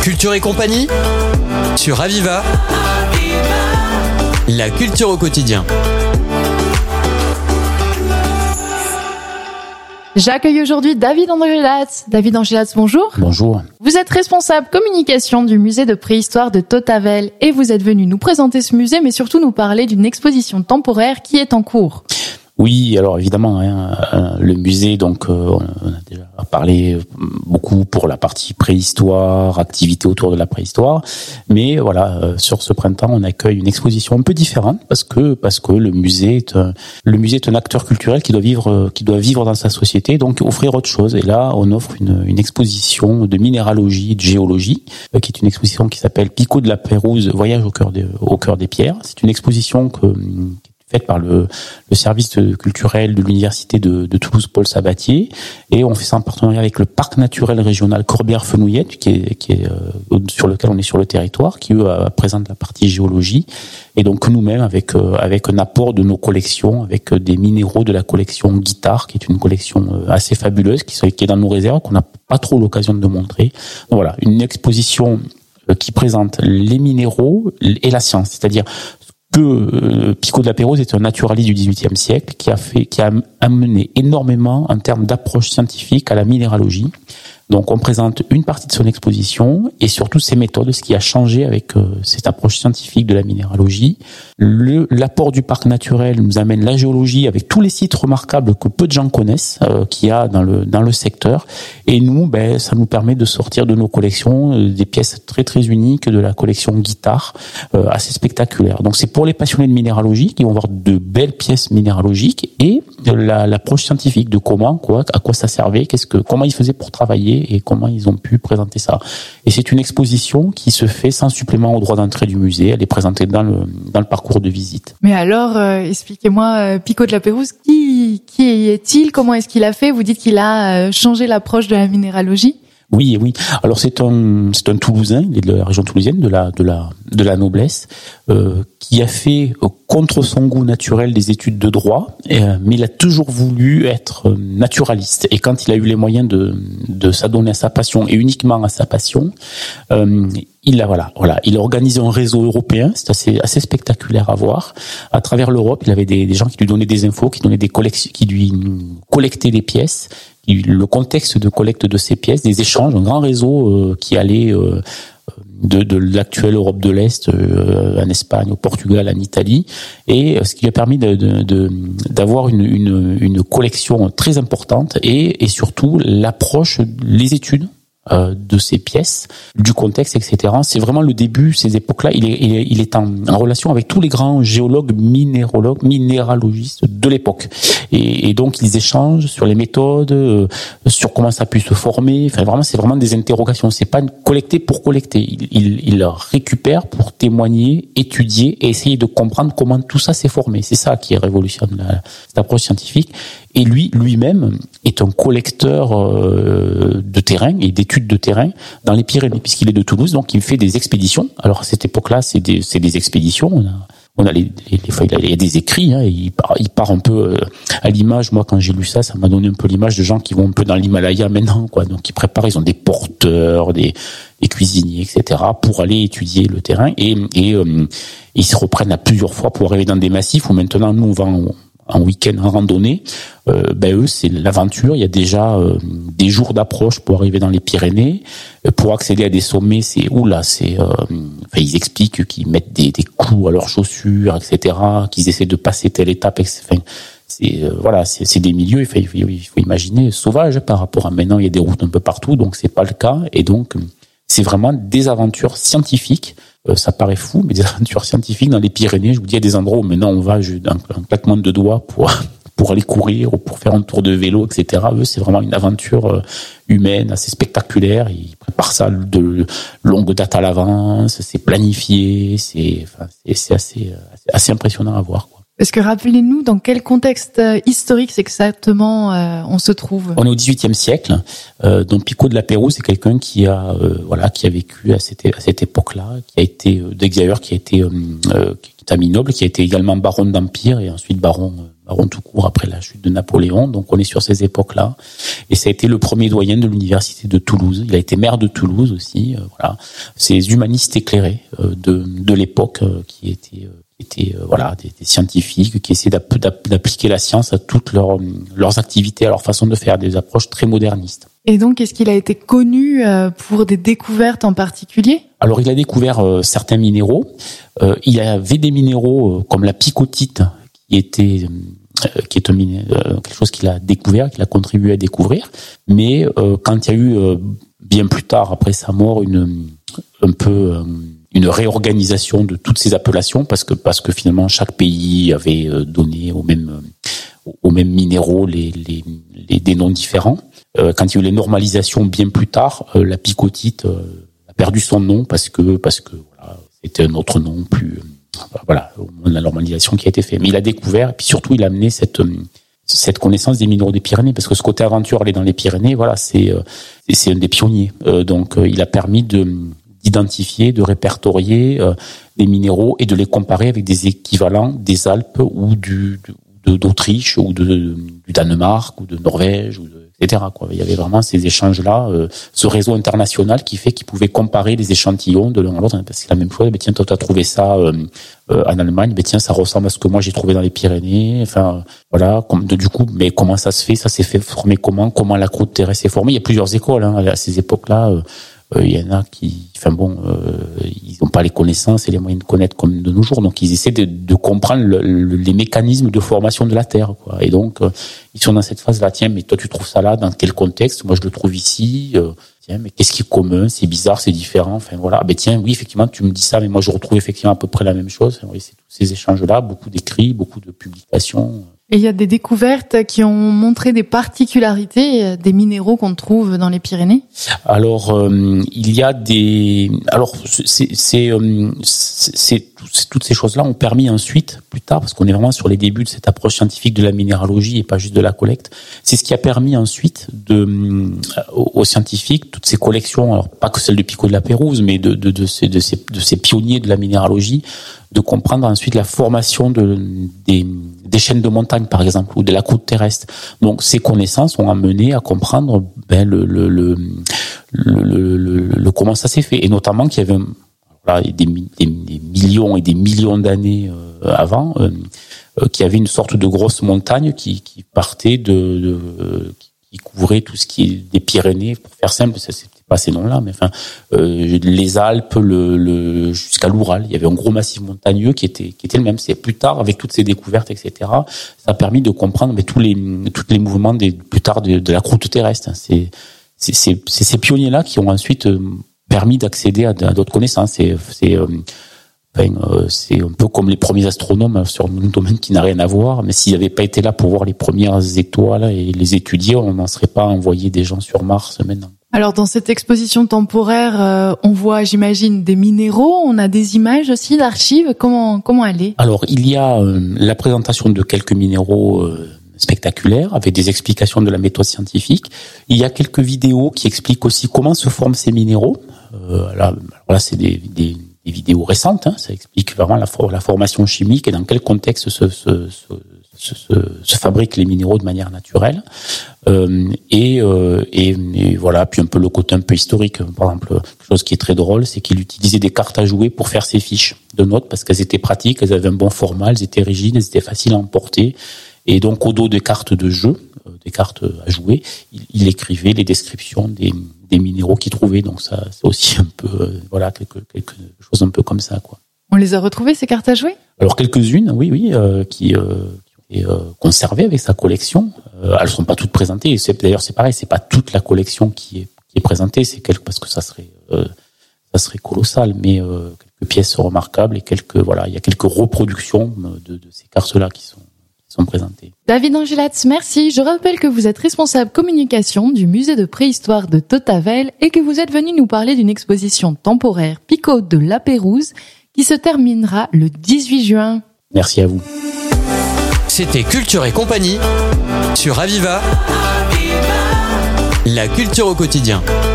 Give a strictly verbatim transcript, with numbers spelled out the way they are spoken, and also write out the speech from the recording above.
Culture et compagnie sur Aviva. La culture au quotidien. J'accueille aujourd'hui David Angelatz. David Angelatz, bonjour. Bonjour. Vous êtes responsable communication du musée de préhistoire de Tautavel et vous êtes venu nous présenter ce musée, mais surtout nous parler d'une exposition temporaire qui est en cours. Oui, alors évidemment, hein, le musée, donc euh, on a déjà parlé beaucoup pour la partie préhistoire, activité autour de la préhistoire, mais voilà, euh, sur ce printemps, on accueille une exposition un peu différente parce que parce que le musée est un, le musée est un acteur culturel qui doit vivre qui doit vivre dans sa société, donc offrir autre chose. Et là, on offre une, une exposition de minéralogie et de géologie, euh, qui est une exposition qui s'appelle Pico de la Pérouse, voyage au cœur des au cœur des pierres. C'est une exposition que faite par le, le service culturel de l'université de, de Toulouse Paul Sabatier, et on fait ça en partenariat avec le parc naturel régional Corbière-Fenouillette, qui est, qui est euh, sur lequel on est sur le territoire, qui eux euh, présente la partie géologie, et donc nous-mêmes avec euh, avec un apport de nos collections, avec euh, des minéraux de la collection Guitare, qui est une collection euh, assez fabuleuse, qui, qui est dans nos réserves, qu'on n'a pas trop l'occasion de montrer. Donc voilà, une exposition euh, qui présente les minéraux et la science, c'est-à-dire que euh, Pico de la Pérouse est un naturaliste du dix-huitième siècle qui a fait, qui a amené énormément en termes d'approche scientifique à la minéralogie. Donc on présente une partie de son exposition et surtout ses méthodes, ce qui a changé avec euh, cette approche scientifique de la minéralogie. Le, l'apport du parc naturel nous amène la géologie avec tous les sites remarquables que peu de gens connaissent, euh, qu'il y a dans le dans le secteur. Et nous, ben ça nous permet de sortir de nos collections euh, des pièces très très uniques de la collection Guitare, euh, assez spectaculaires. Donc c'est pour les passionnés de minéralogie qui vont voir de belles pièces minéralogiques et de la, l'approche scientifique de comment, quoi, à quoi ça servait, qu'est-ce que, comment ils faisaient pour travailler et comment ils ont pu présenter ça. Et c'est une exposition qui se fait sans supplément au droit d'entrée du musée. Elle est présentée dans le dans le parcours de visite. Mais alors, euh, expliquez-moi, euh, Pico de la Pérouse, qui qui est-il? Comment est-ce qu'il a fait? Vous dites qu'il a euh, changé l'approche de la minéralogie. Oui, oui. Alors c'est un c'est un Toulousain, il est de la région toulousaine, de la de la de la noblesse, euh, qui a fait euh, contre son goût naturel des études de droit, euh, mais il a toujours voulu être euh, naturaliste. Et quand il a eu les moyens de de s'adonner à sa passion et uniquement à sa passion, euh, il a voilà voilà il a organisé un réseau européen. C'est assez assez spectaculaire à voir. À travers l'Europe, il avait des, des gens qui lui donnaient des infos, qui donnaient des collections, qui lui collectaient des pièces. Le contexte de collecte de ces pièces, des échanges, un grand réseau euh, qui allait euh, de, de l'actuelle Europe de l'Est euh, en Espagne, au Portugal, en Italie, et ce qui lui a permis de, de, de, d'avoir une, une, une collection très importante et, et surtout l'approche, les études Euh, de ces pièces, du contexte, et cetera. C'est vraiment le début, ces époques-là. Il est, il est, il est en, en relation avec tous les grands géologues, minéralogues, minéralogistes de l'époque. Et, et donc, ils échangent sur les méthodes, euh, sur comment ça a pu se former. Enfin, vraiment, c'est vraiment des interrogations. C'est pas collecter pour collecter. Il, il, il récupère pour témoigner, étudier et essayer de comprendre comment tout ça s'est formé. C'est ça qui révolutionne la, cette approche scientifique. Et lui, lui-même, est un collecteur euh, de terrain et d'études de terrain dans les Pyrénées, puisqu'il est de Toulouse, donc il fait des expéditions. Alors à cette époque-là, c'est des, c'est des expéditions. On a, on a les, les, les, il y a des écrits. Hein, et il part, il part un peu euh, à l'image. Moi, quand j'ai lu ça, ça m'a donné un peu l'image de gens qui vont un peu dans l'Himalaya maintenant, quoi. Donc ils préparent, ils ont des porteurs, des, des cuisiniers, et cetera, pour aller étudier le terrain. Et, et euh, ils se reprennent à plusieurs fois pour arriver dans des massifs où maintenant nous on va en, en week-end en randonnée. Euh, ben eux, c'est l'aventure. Il y a déjà euh, des jours d'approche pour arriver dans les Pyrénées. Euh, pour accéder à des sommets, c'est oula, c'est. Euh, enfin, ils expliquent qu'ils mettent des, des clous à leurs chaussures, et cetera. Qu'ils essaient de passer telle étape. Enfin, c'est euh, voilà, c'est, c'est des milieux. Il faut, il, faut, il faut imaginer sauvages par rapport à maintenant. Il y a des routes un peu partout, donc c'est pas le cas. Et donc, c'est vraiment des aventures scientifiques. Euh, ça paraît fou, mais des aventures scientifiques dans les Pyrénées. Je vous dis, il y a des endroits où maintenant on va juste un, un claquement de doigts pour pour aller courir ou pour faire un tour de vélo, et cetera. Eux, c'est vraiment une aventure euh, humaine assez spectaculaire. Ils préparent ça de longue date à l'avance. C'est planifié. C'est, enfin, c'est, c'est assez, assez impressionnant à voir, quoi. Parce que rappelez-nous dans quel contexte historique c'est exactement euh, on se trouve. On est au dix-huitième siècle. Euh, donc Pico de la Pérouse, c'est quelqu'un qui a euh, voilà qui a vécu à cette à cette époque-là, qui a été euh, d'ailleurs qui a été euh, qui est ami noble, qui a été également baron d'Empire et ensuite baron baron tout court après la chute de Napoléon. Donc on est sur ces époques-là. Et ça a été le premier doyen de l'université de Toulouse. Il a été maire de Toulouse aussi. Euh, voilà, ces humanistes éclairés euh, de de l'époque euh, qui étaient euh, étaient euh, voilà des, des scientifiques qui essaient d'app- d'app- d'appliquer la science à toutes leurs leurs activités, à leur façon de faire, des approches très modernistes. Et donc, est-ce qu'il a été connu pour des découvertes en particulier ? Alors, il a découvert euh, certains minéraux. Euh, il y avait des minéraux euh, comme la picotite, qui était euh, qui est un miné- euh, quelque chose qu'il a découvert, qu'il a contribué à découvrir. Mais euh, quand il y a eu euh, bien plus tard, après sa mort, une un peu euh, une réorganisation de toutes ces appellations, parce que parce que finalement chaque pays avait euh, donné aux mêmes aux mêmes minéraux les les, les des noms différents. Euh, quand il y a eu les normalisations bien plus tard, euh, la picotite euh, a perdu son nom parce que parce que voilà, c'était un autre nom plus euh, voilà au moment de la normalisation qui a été fait. Mais il a découvert et puis surtout il a amené cette euh, cette connaissance des minéraux des Pyrénées, parce que ce côté aventure aller dans les Pyrénées, voilà, c'est euh, c'est un des pionniers. Euh, donc euh, il a permis de d'identifier, de répertorier euh, des minéraux et de les comparer avec des équivalents des Alpes ou du de, d'Autriche ou de, de du Danemark ou de Norvège ou de et cetera quoi. Il y avait vraiment ces échanges-là, euh, ce réseau international qui fait qu'ils pouvaient comparer les échantillons de l'un à l'autre. Parce que c'est la même chose. Mais tiens, toi, tu as trouvé ça euh, euh, en Allemagne. Mais tiens, ça ressemble à ce que moi j'ai trouvé dans les Pyrénées. Enfin, voilà. Comme, de, du coup, mais comment ça se fait ? Ça s'est fait former comment ? Comment la croûte terrestre s'est formée ? Il y a plusieurs écoles hein, à ces époques-là. Euh, Il euh, y en a qui, enfin bon, euh, ils n'ont pas les connaissances et les moyens de connaître comme de nos jours, donc ils essaient de, de comprendre le, le, les mécanismes de formation de la Terre, quoi. Et donc euh, ils sont dans cette phase-là. Tiens, mais toi tu trouves ça là, dans quel contexte ? Moi je le trouve ici. Euh, tiens, mais qu'est-ce qui est commun ? C'est bizarre, c'est différent. Enfin voilà. Ben tiens, oui effectivement tu me dis ça, mais moi je retrouve effectivement à peu près la même chose. Enfin, oui, c'est tous ces échanges-là, beaucoup d'écrits, beaucoup de publications. Et il y a des découvertes qui ont montré des particularités des minéraux qu'on trouve dans les Pyrénées ? Alors, euh, il y a des... Alors, c'est, c'est, euh, c'est, c'est, c'est toutes ces choses-là ont permis ensuite, plus tard, parce qu'on est vraiment sur les débuts de cette approche scientifique de la minéralogie et pas juste de la collecte, c'est ce qui a permis ensuite de, euh, aux scientifiques, toutes ces collections, alors pas que celle de Pico de la Pérouse, mais de, de, de, ces, de, ces, de ces pionniers de la minéralogie, de comprendre ensuite la formation de, des, des chaînes de montagne, par exemple, ou de la croûte terrestre. Donc, ces connaissances ont amené à comprendre ben, le, le, le, le, le, le, le comment ça s'est fait. Et notamment qu'il y avait voilà, des, des, des millions et des millions d'années euh, avant, euh, euh, qu'il y avait une sorte de grosse montagne qui, qui partait de... de euh, qui couvrait tout ce qui est des Pyrénées, pour faire simple, ça c'était pas ces noms-là, mais enfin euh, les Alpes, le, le jusqu'à l'Oural, il y avait un gros massif montagneux qui était qui était le même. C'est plus tard, avec toutes ces découvertes, et cetera, ça a permis de comprendre mais tous les tous les mouvements des plus tard de, de la croûte terrestre. C'est c'est c'est, c'est ces pionniers-là qui ont ensuite permis d'accéder à, à d'autres connaissances. C'est c'est euh, Enfin, euh, c'est un peu comme les premiers astronomes sur un domaine qui n'a rien à voir, mais s'ils n'avaient pas été là pour voir les premières étoiles et les étudier, on n'en serait pas envoyé des gens sur Mars maintenant. Alors dans cette exposition temporaire, euh, on voit, j'imagine, des minéraux, on a des images aussi d'archives. Comment comment elle est ? Alors il y a euh, la présentation de quelques minéraux euh, spectaculaires avec des explications de la méthode scientifique. Il y a quelques vidéos qui expliquent aussi comment se forment ces minéraux. Euh, là, là, c'est des, des des vidéos récentes, hein, ça explique vraiment la, la formation chimique et dans quel contexte se, se, se, se, se fabriquent les minéraux de manière naturelle. Euh, et, euh, et, et voilà, puis un peu le côté un peu historique. Par exemple, quelque chose qui est très drôle, c'est qu'il utilisait des cartes à jouer pour faire ses fiches de notes parce qu'elles étaient pratiques, elles avaient un bon format, elles étaient rigides, elles étaient faciles à emporter. Et donc, au dos des cartes de jeu, des cartes à jouer, il, il écrivait les descriptions des, des minéraux qu'il trouvait. Donc ça, c'est aussi un peu, euh, voilà, quelque, quelque chose un peu comme ça, quoi. On les a retrouvées, ces cartes à jouer ? Alors quelques-unes, oui, oui, euh, qui, euh, qui ont été euh, conservées avec sa collection. Euh, elles sont pas toutes présentées. Et c'est, d'ailleurs, c'est pareil, c'est pas toute la collection qui est, qui est présentée. C'est quelque, parce que ça serait, euh, ça serait colossal, mais euh, quelques pièces remarquables et quelques, voilà, il y a quelques reproductions de, de ces cartes-là qui sont. sont présentés. David Angelatz, merci. Je rappelle que vous êtes responsable communication du musée de préhistoire de Tautavel et que vous êtes venu nous parler d'une exposition temporaire Pico de la Pérouse qui se terminera le dix-huit juin. Merci à vous. C'était Culture et compagnie sur Aviva. La culture au quotidien.